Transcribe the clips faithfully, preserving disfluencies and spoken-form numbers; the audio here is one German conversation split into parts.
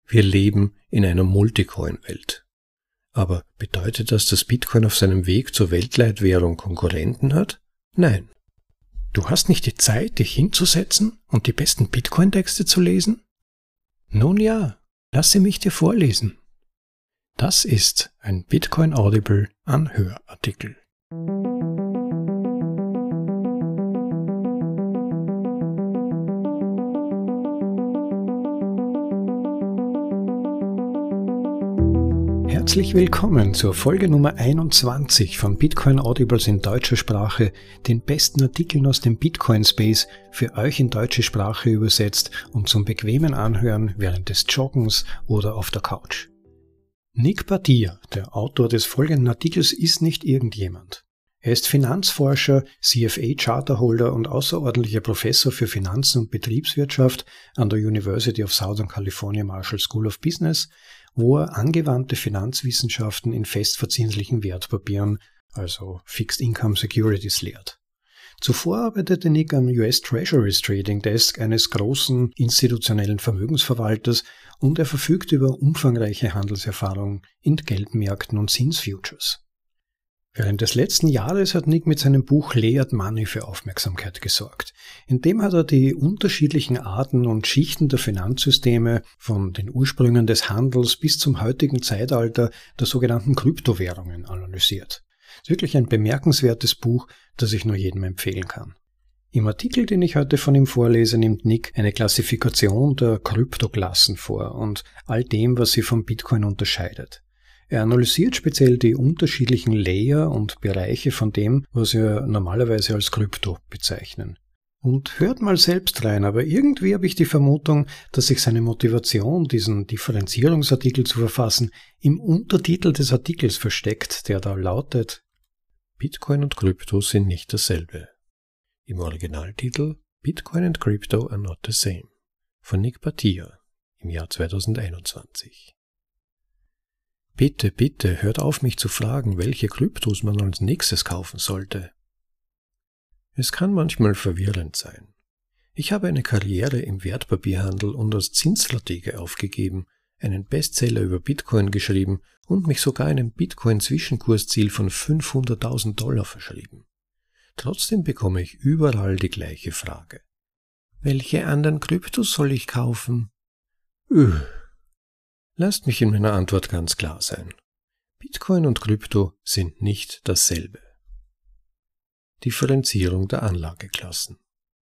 Wir leben in einer Multicoin-Welt. Aber bedeutet das, dass Bitcoin auf seinem Weg zur Weltleitwährung Konkurrenten hat? Nein. Du hast nicht die Zeit, dich hinzusetzen und die besten Bitcoin-Texte zu lesen? Nun ja, lasse mich dir vorlesen. Das ist ein Bitcoin Audible Anhörartikel. Herzlich willkommen zur Folge Nummer einundzwanzig von Bitcoin Audibles in deutscher Sprache, den besten Artikeln aus dem Bitcoin-Space für euch in deutsche Sprache übersetzt und zum bequemen Anhören während des Joggens oder auf der Couch. Nick Badia, der Autor des folgenden Artikels, ist nicht irgendjemand. Er ist Finanzforscher, C F A-Charterholder und außerordentlicher Professor für Finanzen und Betriebswirtschaft an der University of Southern California Marshall School of Business, wo er angewandte Finanzwissenschaften in festverzinslichen Wertpapieren, also Fixed Income Securities, lehrt. Zuvor arbeitete Nick am U S Treasuries Trading Desk eines großen institutionellen Vermögensverwalters und er verfügt über umfangreiche Handelserfahrung in Geldmärkten und Zinsfutures. Während des letzten Jahres hat Nick mit seinem Buch Layered Money für Aufmerksamkeit gesorgt. In dem hat er die unterschiedlichen Arten und Schichten der Finanzsysteme von den Ursprüngen des Handels bis zum heutigen Zeitalter der sogenannten Kryptowährungen analysiert. Es ist wirklich ein bemerkenswertes Buch, das ich nur jedem empfehlen kann. Im Artikel, den ich heute von ihm vorlese, nimmt Nick eine Klassifikation der Kryptoklassen vor und all dem, was sie vom Bitcoin unterscheidet. Er analysiert speziell die unterschiedlichen Layer und Bereiche von dem, was wir normalerweise als Krypto bezeichnen. Und hört mal selbst rein, aber irgendwie habe ich die Vermutung, dass sich seine Motivation, diesen Differenzierungsartikel zu verfassen, im Untertitel des Artikels versteckt, der da lautet: Bitcoin und Krypto sind nicht dasselbe. Im Originaltitel Bitcoin and Crypto are not the same von Nick Badia im Jahr zweitausendeinundzwanzig. Bitte, bitte, hört auf, mich zu fragen, welche Kryptos man als nächstes kaufen sollte. Es kann manchmal verwirrend sein. Ich habe eine Karriere im Wertpapierhandel und als Zinsstratege aufgegeben, einen Bestseller über Bitcoin geschrieben und mich sogar einem Bitcoin-Zwischenkursziel von fünfhunderttausend Dollar verschrieben. Trotzdem bekomme ich überall die gleiche Frage. Welche anderen Kryptos soll ich kaufen? Üh. Lasst mich in meiner Antwort ganz klar sein. Bitcoin und Krypto sind nicht dasselbe. Differenzierung der Anlageklassen.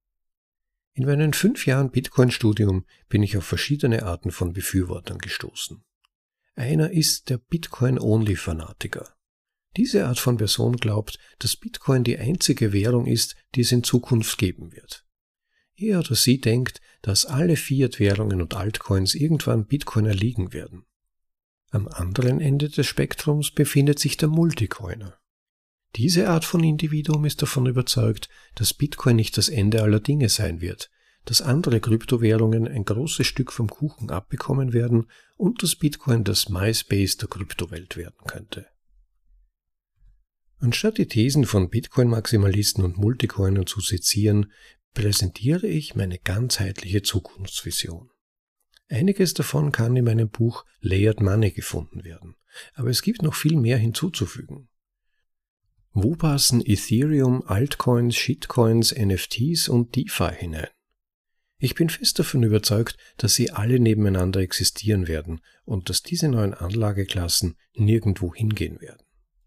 In meinen fünf Jahren Bitcoin-Studium bin ich auf verschiedene Arten von Befürwortern gestoßen. Einer ist der Bitcoin-Only-Fanatiker. Diese Art von Person glaubt, dass Bitcoin die einzige Währung ist, die es in Zukunft geben wird. Er oder sie denkt, dass alle Fiat-Währungen und Altcoins irgendwann Bitcoin erliegen werden. Am anderen Ende des Spektrums befindet sich der Multicoiner. Diese Art von Individuum ist davon überzeugt, dass Bitcoin nicht das Ende aller Dinge sein wird, dass andere Kryptowährungen ein großes Stück vom Kuchen abbekommen werden und dass Bitcoin das MySpace der Kryptowelt werden könnte. Anstatt die Thesen von Bitcoin-Maximalisten und Multicoinern zu sezieren, präsentiere ich meine ganzheitliche Zukunftsvision. Einiges davon kann in meinem Buch Layered Money gefunden werden, aber es gibt noch viel mehr hinzuzufügen. Wo passen Ethereum, Altcoins, Shitcoins, N F Ts und DeFi hinein? Ich bin fest davon überzeugt, dass sie alle nebeneinander existieren werden und dass diese neuen Anlageklassen nirgendwo hingehen werden.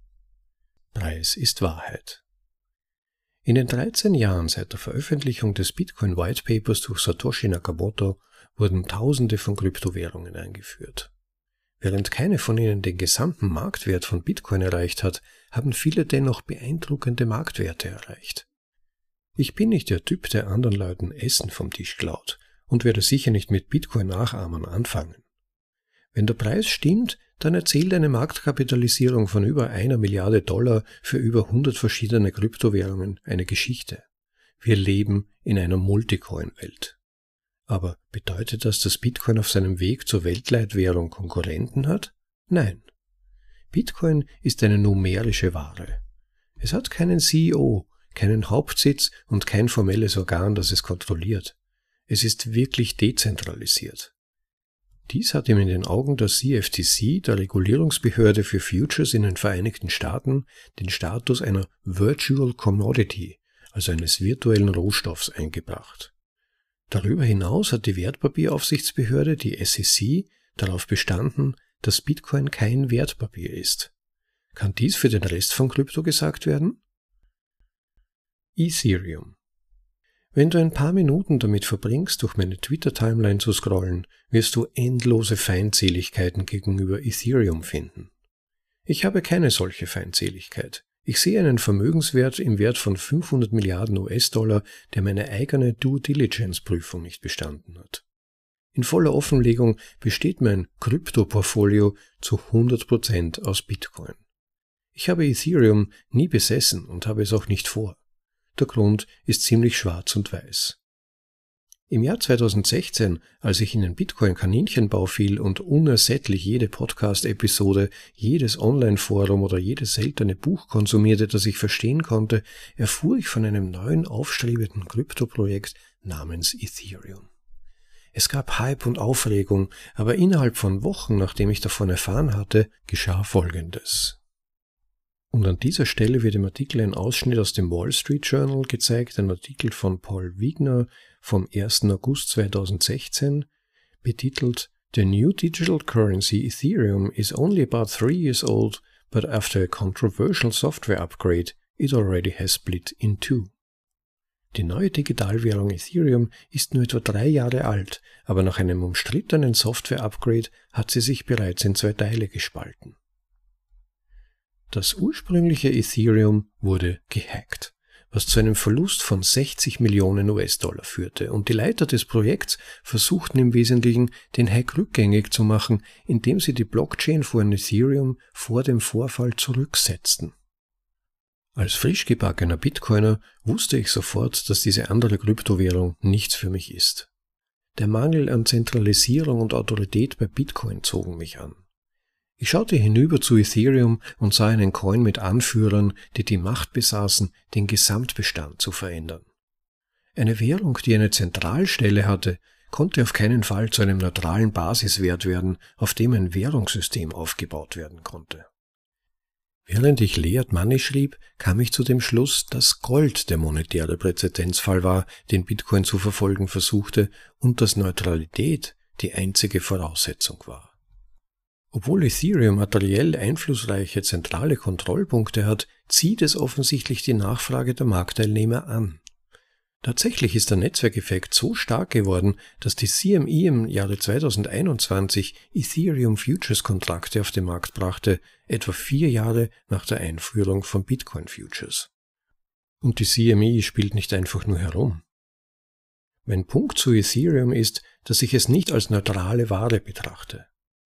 Preis ist Wahrheit. In den dreizehn Jahren seit der Veröffentlichung des Bitcoin White Papers durch Satoshi Nakamoto wurden Tausende von Kryptowährungen eingeführt. Während keine von ihnen den gesamten Marktwert von Bitcoin erreicht hat, haben viele dennoch beeindruckende Marktwerte erreicht. Ich bin nicht der Typ, der anderen Leuten Essen vom Tisch klaut und werde sicher nicht mit Bitcoin-Nachahmern anfangen. Wenn der Preis stimmt, dann erzählt eine Marktkapitalisierung von über einer Milliarde Dollar für über hundert verschiedene Kryptowährungen eine Geschichte. Wir leben in einer Multicoin-Welt. Aber bedeutet das, dass Bitcoin auf seinem Weg zur Weltleitwährung Konkurrenten hat? Nein. Bitcoin ist eine numerische Ware. Es hat keinen C E O, keinen Hauptsitz und kein formelles Organ, das es kontrolliert. Es ist wirklich dezentralisiert. Dies hat ihm in den Augen der C F T C, der Regulierungsbehörde für Futures in den Vereinigten Staaten, den Status einer Virtual Commodity, also eines virtuellen Rohstoffs, eingebracht. Darüber hinaus hat die Wertpapieraufsichtsbehörde, die S E C, darauf bestanden, dass Bitcoin kein Wertpapier ist. Kann dies für den Rest von Krypto gesagt werden? Ethereum. Wenn du ein paar Minuten damit verbringst, durch meine Twitter-Timeline zu scrollen, wirst du endlose Feindseligkeiten gegenüber Ethereum finden. Ich habe keine solche Feindseligkeit. Ich sehe einen Vermögenswert im Wert von fünfhundert Milliarden U S-Dollar, der meine eigene Due-Diligence-Prüfung nicht bestanden hat. In voller Offenlegung besteht mein Krypto-Portfolio zu hundert Prozent aus Bitcoin. Ich habe Ethereum nie besessen und habe es auch nicht vor. Der Grund ist ziemlich schwarz und weiß. Im Jahr zweitausendsechzehn, als ich in den Bitcoin-Kaninchenbau fiel und unersättlich jede Podcast-Episode, jedes Online-Forum oder jedes seltene Buch konsumierte, das ich verstehen konnte, erfuhr ich von einem neuen aufstrebenden Kryptoprojekt namens Ethereum. Es gab Hype und Aufregung, aber innerhalb von Wochen, nachdem ich davon erfahren hatte, geschah Folgendes. Und an dieser Stelle wird im Artikel ein Ausschnitt aus dem Wall Street Journal gezeigt, ein Artikel von Paul Wigner vom ersten August zweitausendsechzehn, betitelt The New Digital Currency Ethereum is only about three years old, but after a controversial software upgrade, it already has split in two. Die neue Digitalwährung Ethereum ist nur etwa drei Jahre alt, aber nach einem umstrittenen Software-Upgrade hat sie sich bereits in zwei Teile gespalten. Das ursprüngliche Ethereum wurde gehackt, was zu einem Verlust von sechzig Millionen U S-Dollar führte, und die Leiter des Projekts versuchten im Wesentlichen, den Hack rückgängig zu machen, indem sie die Blockchain von Ethereum vor dem Vorfall zurücksetzten. Als frisch gebackener Bitcoiner wusste ich sofort, dass diese andere Kryptowährung nichts für mich ist. Der Mangel an Zentralisierung und Autorität bei Bitcoin zogen mich an. Ich schaute hinüber zu Ethereum und sah einen Coin mit Anführern, die die Macht besaßen, den Gesamtbestand zu verändern. Eine Währung, die eine Zentralstelle hatte, konnte auf keinen Fall zu einem neutralen Basiswert werden, auf dem ein Währungssystem aufgebaut werden konnte. Während ich Layered Money schrieb, kam ich zu dem Schluss, dass Gold der monetäre Präzedenzfall war, den Bitcoin zu verfolgen versuchte, und dass Neutralität die einzige Voraussetzung war. Obwohl Ethereum materiell einflussreiche zentrale Kontrollpunkte hat, zieht es offensichtlich die Nachfrage der Marktteilnehmer an. Tatsächlich ist der Netzwerkeffekt so stark geworden, dass die C M E im Jahre zweitausendeinundzwanzig Ethereum Futures Kontrakte auf den Markt brachte, etwa vier Jahre nach der Einführung von Bitcoin Futures. Und die C M E spielt nicht einfach nur herum. Mein Punkt zu Ethereum ist, dass ich es nicht als neutrale Ware betrachte.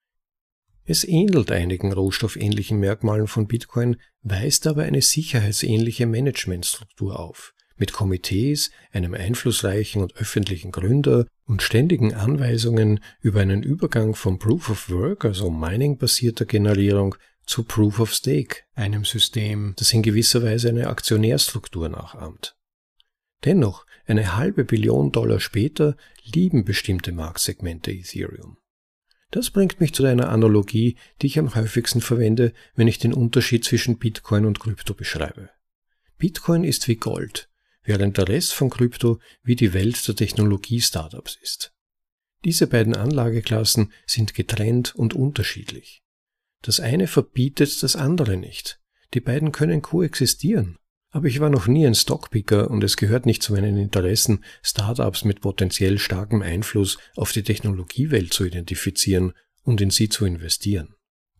Es ähnelt einigen rohstoffähnlichen Merkmalen von Bitcoin, weist aber eine sicherheitsähnliche Managementstruktur auf, mit Komitees, einem einflussreichen und öffentlichen Gründer und ständigen Anweisungen über einen Übergang von Proof of Work, also Mining-basierter Generierung, zu Proof of Stake, einem System, das in gewisser Weise eine Aktionärstruktur nachahmt. Dennoch, eine halbe Billion Dollar später, lieben bestimmte Marktsegmente Ethereum. Das bringt mich zu einer Analogie, die ich am häufigsten verwende, wenn ich den Unterschied zwischen Bitcoin und Krypto beschreibe. Bitcoin ist wie Gold, während der Rest von Krypto wie die Welt der Technologie-Startups ist. Diese beiden Anlageklassen sind getrennt und unterschiedlich. Das eine verbietet das andere nicht. Die beiden können koexistieren. Aber ich war noch nie ein Stockpicker und es gehört nicht zu meinen Interessen, Startups mit potenziell starkem Einfluss auf die Technologiewelt zu identifizieren und in sie zu investieren.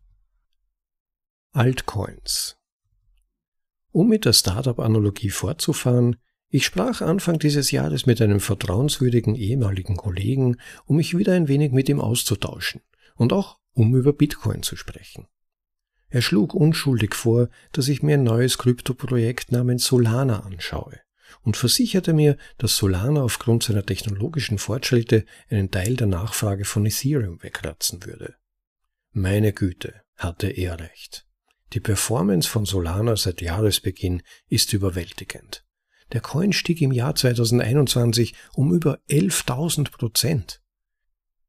Altcoins. Um mit der Startup-Analogie fortzufahren, ich sprach Anfang dieses Jahres mit einem vertrauenswürdigen ehemaligen Kollegen, um mich wieder ein wenig mit ihm auszutauschen und auch um über Bitcoin zu sprechen. Er schlug unschuldig vor, dass ich mir ein neues Kryptoprojekt namens Solana anschaue und versicherte mir, dass Solana aufgrund seiner technologischen Fortschritte einen Teil der Nachfrage von Ethereum wegkratzen würde. Meine Güte, hatte er recht. Die Performance von Solana seit Jahresbeginn ist überwältigend. Der Coin stieg im Jahr zweitausendeinundzwanzig um über elftausend Prozent.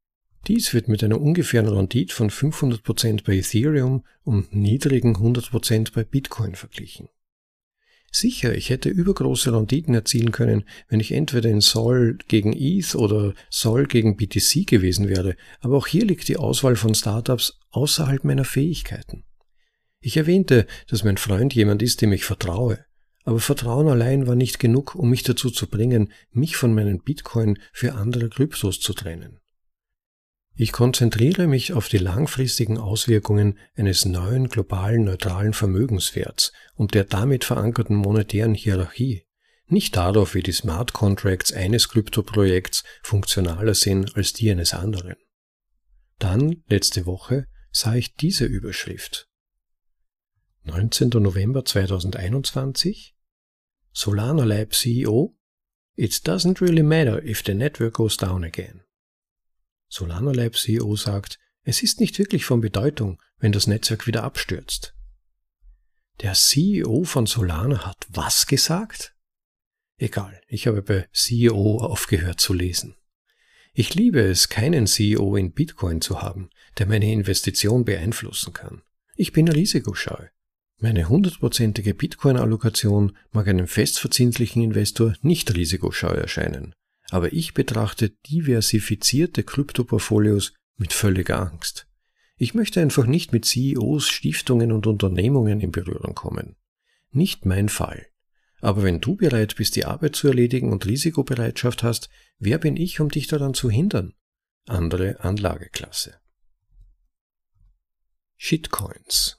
Dies wird mit einer ungefähren Rendite von fünfhundert Prozent bei Ethereum und niedrigen hundert Prozent bei Bitcoin verglichen. Sicher, ich hätte übergroße Renditen erzielen können, wenn ich entweder in Sol gegen E T H oder Sol gegen B T C gewesen wäre, aber auch hier liegt die Auswahl von Startups außerhalb meiner Fähigkeiten. Ich erwähnte, dass mein Freund jemand ist, dem ich vertraue, aber Vertrauen allein war nicht genug, um mich dazu zu bringen, mich von meinen Bitcoin für andere Kryptos zu trennen. Ich konzentriere mich auf die langfristigen Auswirkungen eines neuen globalen neutralen Vermögenswerts und der damit verankerten monetären Hierarchie, nicht darauf, wie die Smart Contracts eines Kryptoprojekts funktionaler sind als die eines anderen. Dann, letzte Woche, sah ich diese Überschrift. neunzehnter November zweitausendeinundzwanzig Solana Lab C E O It doesn't really matter if the network goes down again. Solana Lab C E O sagt, es ist nicht wirklich von Bedeutung, wenn das Netzwerk wieder abstürzt. Der C E O von Solana hat was gesagt? Egal, ich habe bei C E O aufgehört zu lesen. Ich liebe es, keinen C E O in Bitcoin zu haben, der meine Investition beeinflussen kann. Ich bin risikoscheu. Meine hundertprozentige Bitcoin-Allokation mag einem festverzinslichen Investor nicht risikoscheu erscheinen. Aber ich betrachte diversifizierte Kryptoportfolios mit völliger Angst. Ich möchte einfach nicht mit C E Os, Stiftungen und Unternehmungen in Berührung kommen. Nicht mein Fall. Aber wenn du bereit bist, die Arbeit zu erledigen und Risikobereitschaft hast, wer bin ich, um dich daran zu hindern? Andere Anlageklasse. Shitcoins.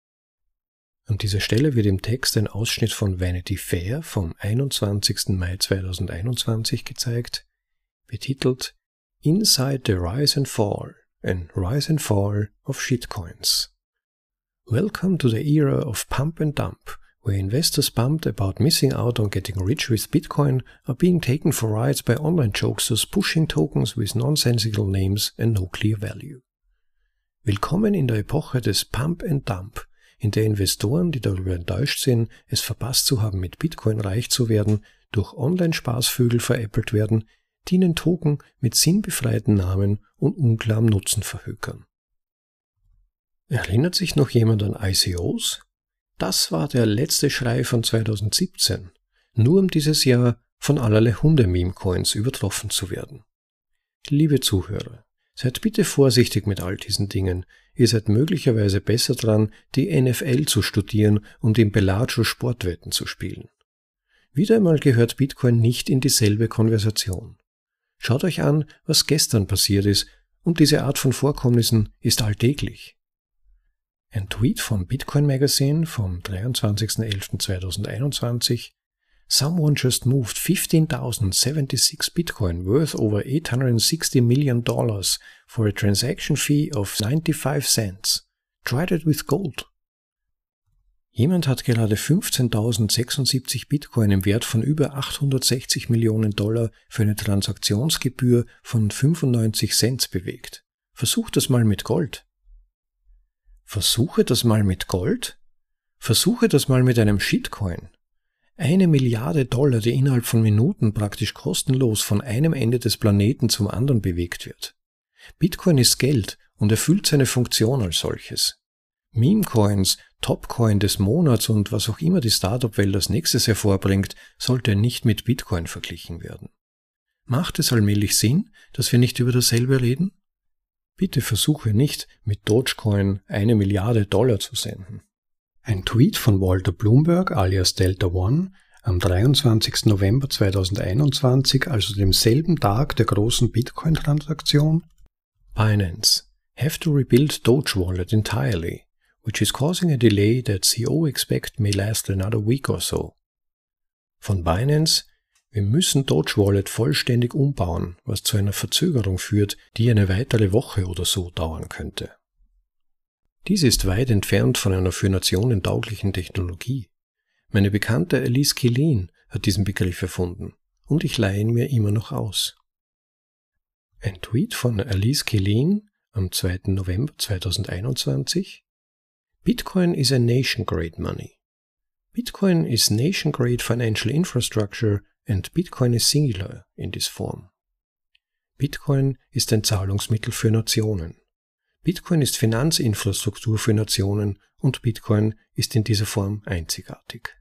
An dieser Stelle wird im Text ein Ausschnitt von Vanity Fair vom einundzwanzigsten Mai zweitausendeinundzwanzig gezeigt, betitelt Inside the Rise and Fall and Rise and Fall of Shitcoins. Welcome to the era of pump and dump, where investors pumped about missing out on getting rich with Bitcoin are being taken for rides by online jokesters pushing tokens with nonsensical names and no clear value. Willkommen in der Epoche des Pump and Dump, in der Investoren, die darüber enttäuscht sind, es verpasst zu haben, mit Bitcoin reich zu werden, durch Online-Spaßvögel veräppelt werden, die ihnen Token mit sinnbefreiten Namen und unklarem Nutzen verhökern. Erinnert sich noch jemand an I C Os? Das war der letzte Schrei von zweitausendsiebzehn, nur um dieses Jahr von allerlei Hunde-Meme-Coins übertroffen zu werden. Liebe Zuhörer, seid bitte vorsichtig mit all diesen Dingen. Ihr seid möglicherweise besser dran, die N F L zu studieren und im Bellagio Sportwetten zu spielen. Wieder einmal gehört Bitcoin nicht in dieselbe Konversation. Schaut euch an, was gestern passiert ist, und diese Art von Vorkommnissen ist alltäglich. Ein Tweet von Bitcoin Magazine vom dreiundzwanzigsten elften zweitausendeinundzwanzig. Someone just moved fifteen thousand seventy-six Bitcoin worth over eight hundred sixty million dollars for a transaction fee of ninety-five cents. Tried it with gold. Jemand hat gerade fünfzehntausendsechsundsiebzig Bitcoin im Wert von über achthundertsechzig Millionen Dollar für eine Transaktionsgebühr von fünfundneunzig Cent bewegt. Versucht das mal mit Gold. Versuche das mal mit Gold? Versuche das mal mit einem Shitcoin. Eine Milliarde Dollar, die innerhalb von Minuten praktisch kostenlos von einem Ende des Planeten zum anderen bewegt wird. Bitcoin ist Geld und erfüllt seine Funktion als solches. Meme-Coins, Top-Coin des Monats und was auch immer die Startup-Welt als nächstes hervorbringt, sollte nicht mit Bitcoin verglichen werden. Macht es allmählich Sinn, dass wir nicht über dasselbe reden? Bitte versuche nicht, mit Dogecoin eine Milliarde Dollar zu senden. Ein Tweet von Walter Bloomberg alias Delta One am dreiundzwanzigsten November zweitausendeinundzwanzig, also demselben Tag der großen Bitcoin-Transaktion. Binance have to rebuild Doge Wallet entirely, which is causing a delay that C E O expect may last another week or so. Von Binance: Wir müssen Doge Wallet vollständig umbauen, was zu einer Verzögerung führt, die eine weitere Woche oder so dauern könnte. Dies ist weit entfernt von einer für Nationen tauglichen Technologie. Meine Bekannte Alice Killeen hat diesen Begriff erfunden und ich leihe ihn mir immer noch aus. Ein Tweet von Alice Killeen am zweiten November zweitausendeinundzwanzig. Bitcoin is a nation-grade money. Bitcoin is nation-grade financial infrastructure and Bitcoin is singular in this form. Bitcoin ist ein Zahlungsmittel für Nationen. Bitcoin ist Finanzinfrastruktur für Nationen und Bitcoin ist in dieser Form einzigartig.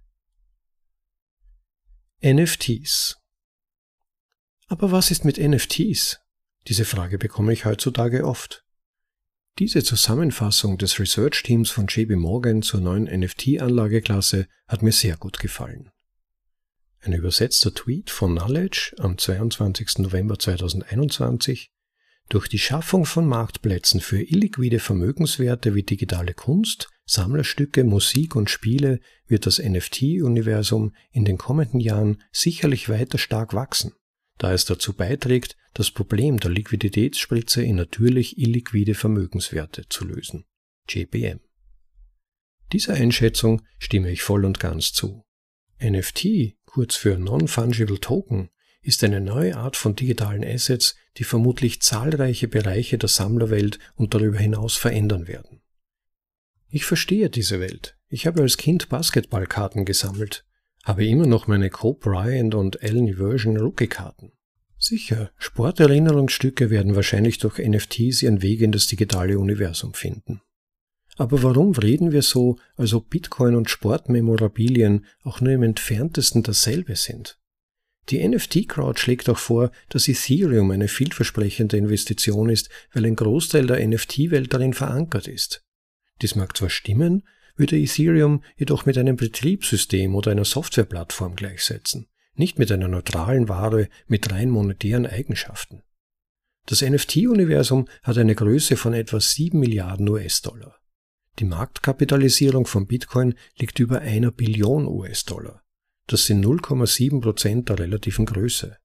N F Ts. Aber was ist mit N F Ts? Diese Frage bekomme ich heutzutage oft. Diese Zusammenfassung des Research-Teams von J P Morgan zur neuen N F T-Anlageklasse hat mir sehr gut gefallen. Ein übersetzter Tweet von Knowledge am zweiundzwanzigsten November zweitausendeinundzwanzig. Durch die Schaffung von Marktplätzen für illiquide Vermögenswerte wie digitale Kunst, Sammlerstücke, Musik und Spiele wird das N F T-Universum in den kommenden Jahren sicherlich weiter stark wachsen, da es dazu beiträgt, das Problem der Liquiditätsspritze in natürlich illiquide Vermögenswerte zu lösen. J P M. Dieser Einschätzung stimme ich voll und ganz zu. N F T, kurz für Non-Fungible Token, ist eine neue Art von digitalen Assets, die vermutlich zahlreiche Bereiche der Sammlerwelt und darüber hinaus verändern werden. Ich verstehe diese Welt. Ich habe als Kind Basketballkarten gesammelt, habe immer noch meine Kobe Bryant und Allen Iverson Rookie-Karten. Sicher, Sporterinnerungsstücke werden wahrscheinlich durch N F Ts ihren Weg in das digitale Universum finden. Aber warum reden wir so, als ob Bitcoin und Sportmemorabilien auch nur im entferntesten dasselbe sind? Die N F T-Crowd schlägt auch vor, dass Ethereum eine vielversprechende Investition ist, weil ein Großteil der N F T-Welt darin verankert ist. Dies mag zwar stimmen, würde Ethereum jedoch mit einem Betriebssystem oder einer Softwareplattform gleichsetzen, nicht mit einer neutralen Ware mit rein monetären Eigenschaften. Das N F T-Universum hat eine Größe von etwa sieben Milliarden U S-Dollar. Die Marktkapitalisierung von Bitcoin liegt über einer Billion U S-Dollar. Das sind null Komma sieben Prozent der relativen Größe.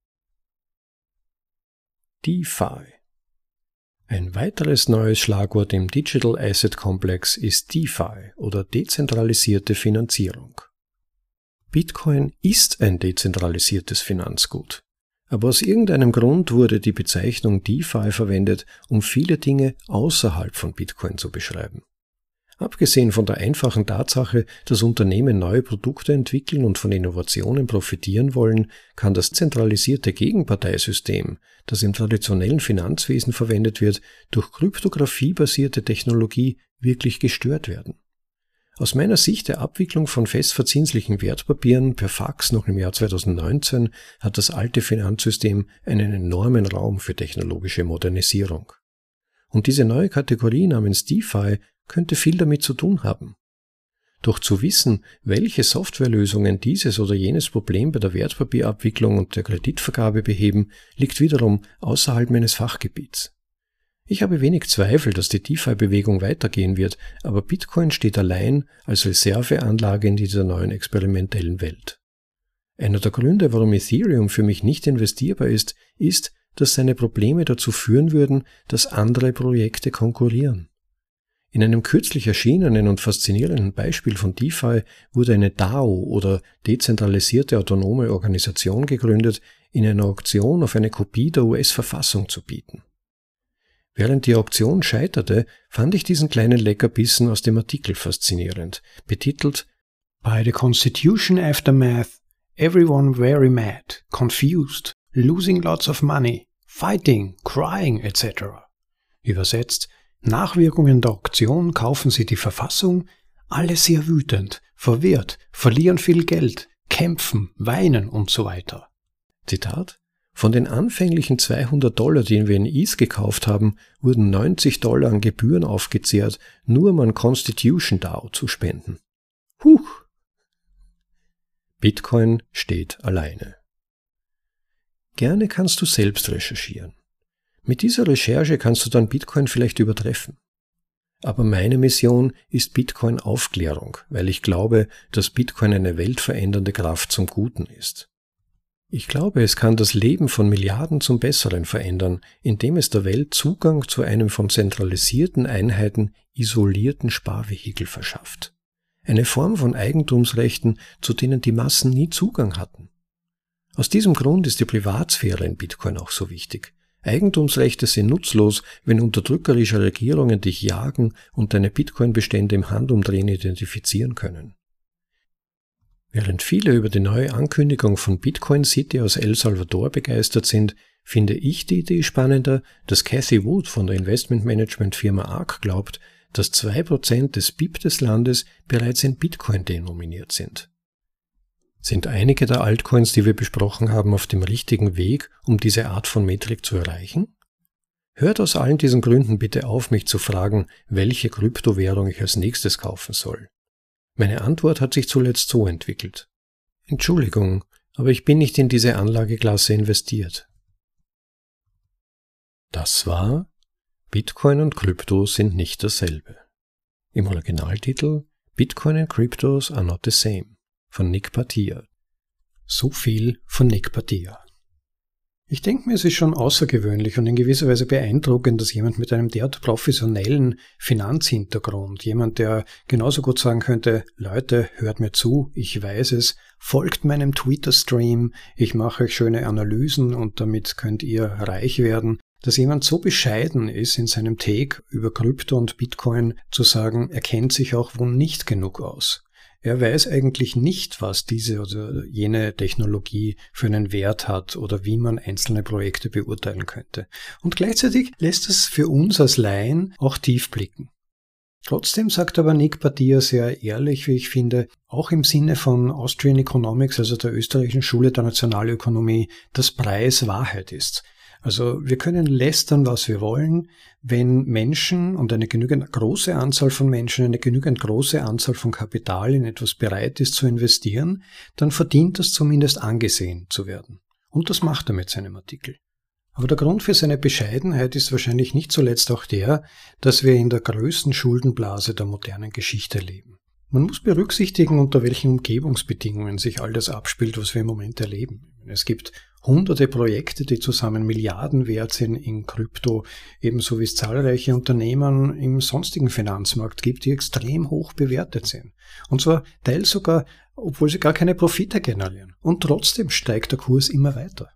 DeFi. Ein weiteres neues Schlagwort im Digital Asset Komplex ist DeFi oder dezentralisierte Finanzierung. Bitcoin ist ein dezentralisiertes Finanzgut, aber aus irgendeinem Grund wurde die Bezeichnung DeFi verwendet, um viele Dinge außerhalb von Bitcoin zu beschreiben. Abgesehen von der einfachen Tatsache, dass Unternehmen neue Produkte entwickeln und von Innovationen profitieren wollen, kann das zentralisierte Gegenparteisystem, das im traditionellen Finanzwesen verwendet wird, durch kryptographiebasierte Technologie wirklich gestört werden. Aus meiner Sicht der Abwicklung von festverzinslichen Wertpapieren per Fax noch im Jahr zweitausendneunzehn hat das alte Finanzsystem einen enormen Raum für technologische Modernisierung. Und diese neue Kategorie namens DeFi könnte viel damit zu tun haben. Doch zu wissen, welche Softwarelösungen dieses oder jenes Problem bei der Wertpapierabwicklung und der Kreditvergabe beheben, liegt wiederum außerhalb meines Fachgebiets. Ich habe wenig Zweifel, dass die DeFi-Bewegung weitergehen wird, aber Bitcoin steht allein als Reserveanlage in dieser neuen experimentellen Welt. Einer der Gründe, warum Ethereum für mich nicht investierbar ist, ist, dass seine Probleme dazu führen würden, dass andere Projekte konkurrieren. In einem kürzlich erschienenen und faszinierenden Beispiel von DeFi wurde eine DAO oder dezentralisierte autonome Organisation gegründet, in einer Auktion auf eine Kopie der U S-Verfassung zu bieten. Während die Auktion scheiterte, fand ich diesen kleinen Leckerbissen aus dem Artikel faszinierend, betitelt By the Constitution Aftermath, everyone very mad, confused, losing lots of money, fighting, crying et cetera. Übersetzt: Nachwirkungen der Auktion kaufen sie die Verfassung, alle sehr wütend, verwirrt, verlieren viel Geld, kämpfen, weinen und so weiter. Zitat: Von den anfänglichen zweihundert Dollar, die wir in E T H gekauft haben, wurden neunzig Dollar an Gebühren aufgezehrt, nur um an Constitution DAO zu spenden. Huch! Bitcoin steht alleine. Gerne kannst du selbst recherchieren. Mit dieser Recherche kannst du dann Bitcoin vielleicht übertreffen. Aber meine Mission ist Bitcoin-Aufklärung, weil ich glaube, dass Bitcoin eine weltverändernde Kraft zum Guten ist. Ich glaube, es kann das Leben von Milliarden zum Besseren verändern, indem es der Welt Zugang zu einem von zentralisierten Einheiten isolierten Sparvehikel verschafft. Eine Form von Eigentumsrechten, zu denen die Massen nie Zugang hatten. Aus diesem Grund ist die Privatsphäre in Bitcoin auch so wichtig. Eigentumsrechte sind nutzlos, wenn unterdrückerische Regierungen dich jagen und deine Bitcoin-Bestände im Handumdrehen identifizieren können. Während viele über die neue Ankündigung von Bitcoin City aus El Salvador begeistert sind, finde ich die Idee spannender, dass Cathie Wood von der Investmentmanagement-Firma Ark glaubt, dass zwei Prozent des B I P des Landes bereits in Bitcoin denominiert sind. Sind einige der Altcoins, die wir besprochen haben, auf dem richtigen Weg, um diese Art von Metrik zu erreichen? Hört aus allen diesen Gründen bitte auf, mich zu fragen, welche Kryptowährung ich als nächstes kaufen soll. Meine Antwort hat sich zuletzt so entwickelt. Entschuldigung, aber ich bin nicht in diese Anlageklasse investiert. Das war Bitcoin und Krypto sind nicht dasselbe. Im Originaltitel Bitcoin and Cryptos are not the same von Nick Patia. So viel von Nick Patia. Ich denke mir, es ist schon außergewöhnlich und in gewisser Weise beeindruckend, dass jemand mit einem derart professionellen Finanzhintergrund, jemand, der genauso gut sagen könnte, Leute, hört mir zu, ich weiß es, folgt meinem Twitter-Stream, ich mache euch schöne Analysen und damit könnt ihr reich werden, dass jemand so bescheiden ist in seinem Take über Krypto und Bitcoin zu sagen, er kennt sich auch wohl nicht genug aus. Er weiß eigentlich nicht, was diese oder jene Technologie für einen Wert hat oder wie man einzelne Projekte beurteilen könnte. Und gleichzeitig lässt es für uns als Laien auch tief blicken. Trotzdem sagt aber Nick Patia sehr ehrlich, wie ich finde, auch im Sinne von Austrian Economics, also der österreichischen Schule der Nationalökonomie, dass Preis Wahrheit ist. Also wir können lästern, was wir wollen, wenn Menschen und eine genügend große Anzahl von Menschen, eine genügend große Anzahl von Kapital in etwas bereit ist zu investieren, dann verdient das zumindest angesehen zu werden. Und das macht er mit seinem Artikel. Aber der Grund für seine Bescheidenheit ist wahrscheinlich nicht zuletzt auch der, dass wir in der größten Schuldenblase der modernen Geschichte leben. Man muss berücksichtigen, unter welchen Umgebungsbedingungen sich all das abspielt, was wir im Moment erleben. Es gibt hunderte Projekte, die zusammen Milliarden wert sind in Krypto, ebenso wie es zahlreiche Unternehmen im sonstigen Finanzmarkt gibt, die extrem hoch bewertet sind. Und zwar teils sogar, obwohl sie gar keine Profite generieren. Und trotzdem steigt der Kurs immer weiter.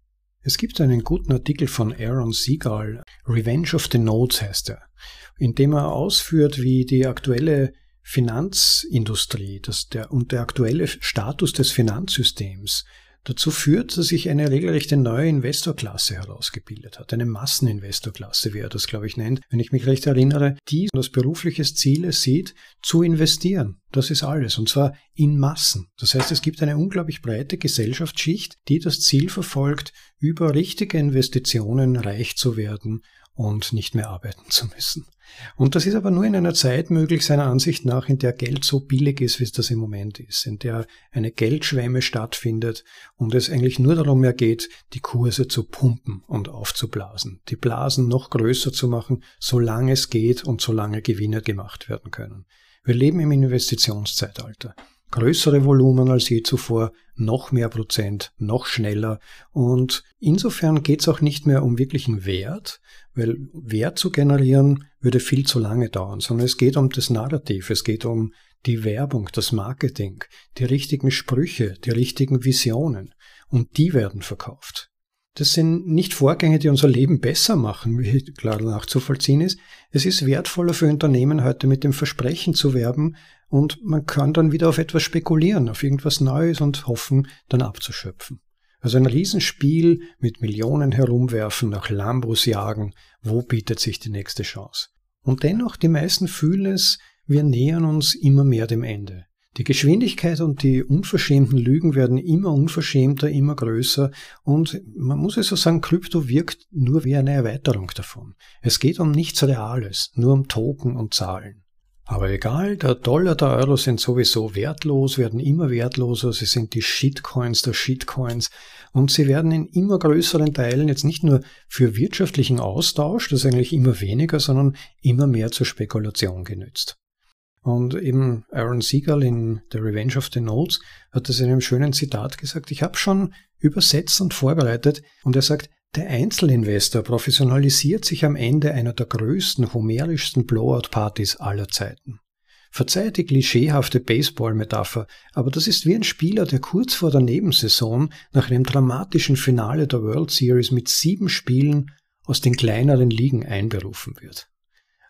Es gibt einen guten Artikel von Aaron Segal, Revenge of the Nodes heißt er, in dem er ausführt, wie die aktuelle Finanzindustrie das der, und der aktuelle Status des Finanzsystems dazu führt, dass sich eine regelrechte neue Investorklasse herausgebildet hat. Eine Masseninvestorklasse, wie er das, glaube ich, nennt, wenn ich mich recht erinnere, die als berufliches Ziel sieht, zu investieren. Das ist alles. Und zwar in Massen. Das heißt, es gibt eine unglaublich breite Gesellschaftsschicht, die das Ziel verfolgt, über richtige Investitionen reich zu werden und nicht mehr arbeiten zu müssen. Und das ist aber nur in einer Zeit möglich, seiner Ansicht nach, in der Geld so billig ist, wie es das im Moment ist, in der eine Geldschwemme stattfindet und es eigentlich nur darum mehr geht, die Kurse zu pumpen und aufzublasen, die Blasen noch größer zu machen, solange es geht und solange Gewinne gemacht werden können. Wir leben im Investitionszeitalter. Größere Volumen als je zuvor, noch mehr Prozent, noch schneller und insofern geht es auch nicht mehr um wirklichen Wert, weil Wert zu generieren würde viel zu lange dauern, sondern es geht um das Narrativ, es geht um die Werbung, das Marketing, die richtigen Sprüche, die richtigen Visionen und die werden verkauft. Das sind nicht Vorgänge, die unser Leben besser machen, wie klar nachzuvollziehen ist. Es ist wertvoller für Unternehmen heute mit dem Versprechen zu werben und man kann dann wieder auf etwas spekulieren, auf irgendwas Neues und hoffen, dann abzuschöpfen. Also ein Riesenspiel mit Millionen herumwerfen, nach Lambos jagen, wo bietet sich die nächste Chance? Und dennoch, die meisten fühlen es, wir nähern uns immer mehr dem Ende. Die Geschwindigkeit und die unverschämten Lügen werden immer unverschämter, immer größer und man muss es so sagen, Krypto wirkt nur wie eine Erweiterung davon. Es geht um nichts Reales, nur um Token und Zahlen. Aber egal, der Dollar, der Euro sind sowieso wertlos, werden immer wertloser, sie sind die Shitcoins der Shitcoins und sie werden in immer größeren Teilen jetzt nicht nur für wirtschaftlichen Austausch, das ist eigentlich immer weniger, sondern immer mehr zur Spekulation genützt. Und eben Aaron Segal in The Revenge of the Nodes hat das in einem schönen Zitat gesagt, ich habe schon übersetzt und vorbereitet und er sagt, der Einzelinvestor professionalisiert sich am Ende einer der größten, homerischsten Blowout-Partys aller Zeiten. Verzeiht die klischeehafte Baseball-Metapher, aber das ist wie ein Spieler, der kurz vor der Nebensaison nach einem dramatischen Finale der World Series mit sieben Spielen aus den kleineren Ligen einberufen wird.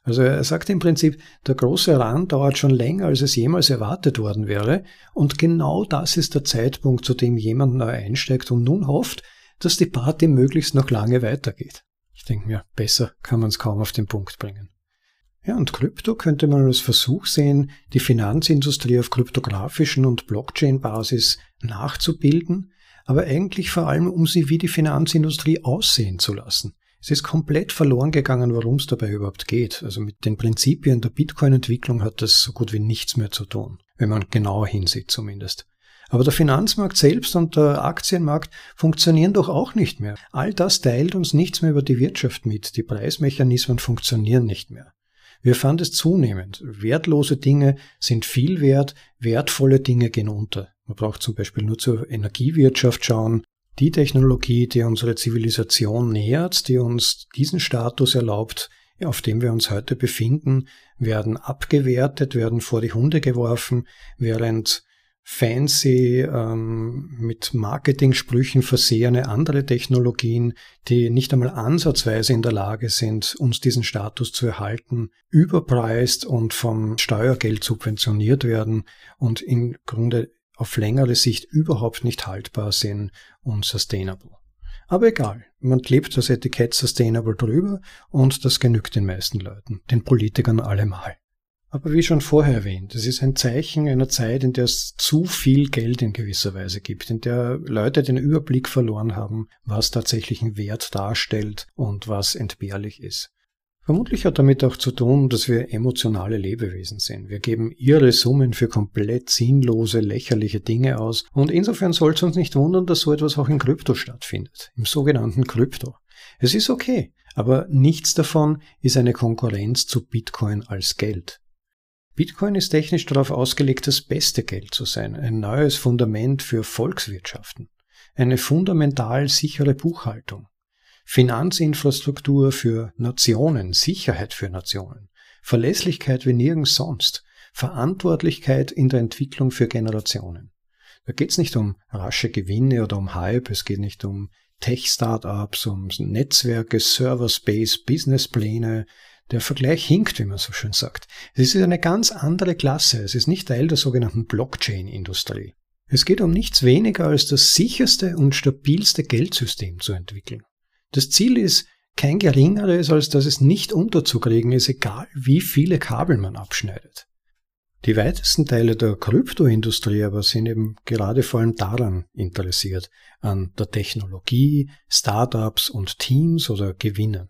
Also er sagt im Prinzip, der große Run dauert schon länger, als es jemals erwartet worden wäre. Und genau das ist der Zeitpunkt, zu dem jemand neu einsteigt und nun hofft, dass die Party möglichst noch lange weitergeht. Ich denke mir, besser kann man es kaum auf den Punkt bringen. Ja, und Krypto könnte man als Versuch sehen, die Finanzindustrie auf kryptografischen und Blockchain-Basis nachzubilden, aber eigentlich vor allem, um sie wie die Finanzindustrie aussehen zu lassen. Es ist komplett verloren gegangen, worum es dabei überhaupt geht. Also mit den Prinzipien der Bitcoin-Entwicklung hat das so gut wie nichts mehr zu tun, wenn man genauer hinsieht zumindest. Aber der Finanzmarkt selbst und der Aktienmarkt funktionieren doch auch nicht mehr. All das teilt uns nichts mehr über die Wirtschaft mit. Die Preismechanismen funktionieren nicht mehr. Wir erfahren es zunehmend. Wertlose Dinge sind viel wert, wertvolle Dinge gehen unter. Man braucht zum Beispiel nur zur Energiewirtschaft schauen. Die Technologie, die unsere Zivilisation nähert, die uns diesen Status erlaubt, auf dem wir uns heute befinden, werden abgewertet, werden vor die Hunde geworfen, während fancy, ähm, mit Marketingsprüchen versehene andere Technologien, die nicht einmal ansatzweise in der Lage sind, uns diesen Status zu erhalten, überpreist und vom Steuergeld subventioniert werden und im Grunde auf längere Sicht überhaupt nicht haltbar sind und sustainable. Aber egal, man klebt das Etikett sustainable drüber und das genügt den meisten Leuten, den Politikern allemal. Aber wie schon vorher erwähnt, es ist ein Zeichen einer Zeit, in der es zu viel Geld in gewisser Weise gibt, in der Leute den Überblick verloren haben, was tatsächlichen Wert darstellt und was entbehrlich ist. Vermutlich hat damit auch zu tun, dass wir emotionale Lebewesen sind. Wir geben irre Summen für komplett sinnlose, lächerliche Dinge aus und insofern soll es uns nicht wundern, dass so etwas auch in Krypto stattfindet, im sogenannten Krypto. Es ist okay, aber nichts davon ist eine Konkurrenz zu Bitcoin als Geld. Bitcoin ist technisch darauf ausgelegt, das beste Geld zu sein, ein neues Fundament für Volkswirtschaften, eine fundamental sichere Buchhaltung. Finanzinfrastruktur für Nationen, Sicherheit für Nationen, Verlässlichkeit wie nirgends sonst, Verantwortlichkeit in der Entwicklung für Generationen. Da geht es nicht um rasche Gewinne oder um Hype, es geht nicht um Tech-Startups, um Netzwerke, Server-Space, Businesspläne. Der Vergleich hinkt, wie man so schön sagt. Es ist eine ganz andere Klasse, es ist nicht Teil der sogenannten Blockchain-Industrie. Es geht um nichts weniger als das sicherste und stabilste Geldsystem zu entwickeln. Das Ziel ist kein geringeres, als dass es nicht unterzukriegen ist, egal wie viele Kabel man abschneidet. Die weitesten Teile der Kryptoindustrie aber sind eben gerade vor allem daran interessiert, an der Technologie, Startups und Teams oder Gewinnen.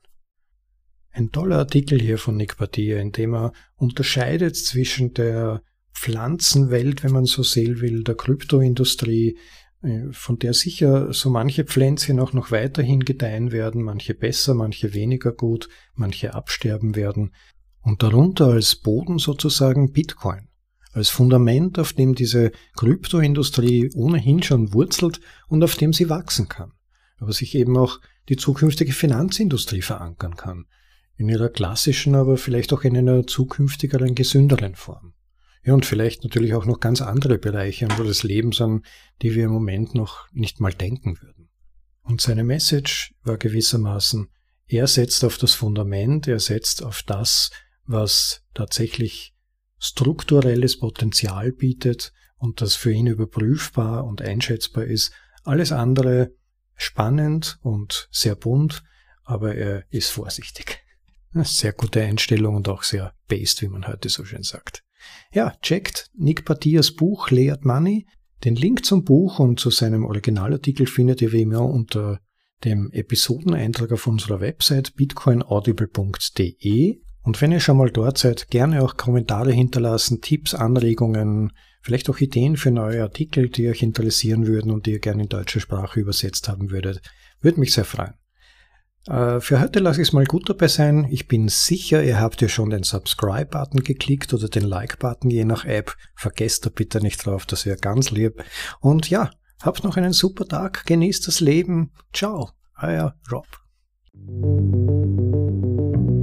Ein toller Artikel hier von Nick Padilla, in dem er unterscheidet zwischen der Pflanzenwelt, wenn man so sehen will, der Kryptoindustrie, von der sicher so manche Pflänzchen auch noch weiterhin gedeihen werden, manche besser, manche weniger gut, manche absterben werden. Und darunter als Boden sozusagen Bitcoin, als Fundament, auf dem diese Kryptoindustrie ohnehin schon wurzelt und auf dem sie wachsen kann, aber sich eben auch die zukünftige Finanzindustrie verankern kann, in ihrer klassischen, aber vielleicht auch in einer zukünftigeren, gesünderen Form. Ja, und vielleicht natürlich auch noch ganz andere Bereiche unseres Lebens an, die wir im Moment noch nicht mal denken würden. Und seine Message war gewissermaßen, er setzt auf das Fundament, er setzt auf das, was tatsächlich strukturelles Potenzial bietet und das für ihn überprüfbar und einschätzbar ist. Alles andere spannend und sehr bunt, aber er ist vorsichtig. Sehr gute Einstellung und auch sehr based, wie man heute so schön sagt. Ja, checkt Nick Padillas Buch Layered Money. Den Link zum Buch und zu seinem Originalartikel findet ihr wie immer unter dem Episodeneintrag auf unserer Website bitcoin audible punkt de. Und wenn ihr schon mal dort seid, gerne auch Kommentare hinterlassen, Tipps, Anregungen, vielleicht auch Ideen für neue Artikel, die euch interessieren würden und die ihr gerne in deutsche Sprache übersetzt haben würdet. Würde mich sehr freuen. Für heute lasse ich es mal gut dabei sein. Ich bin sicher, ihr habt ja schon den Subscribe-Button geklickt oder den Like-Button, je nach App. Vergesst da bitte nicht drauf, das wäre ganz lieb. Und ja, habt noch einen super Tag, genießt das Leben. Ciao, euer Rob.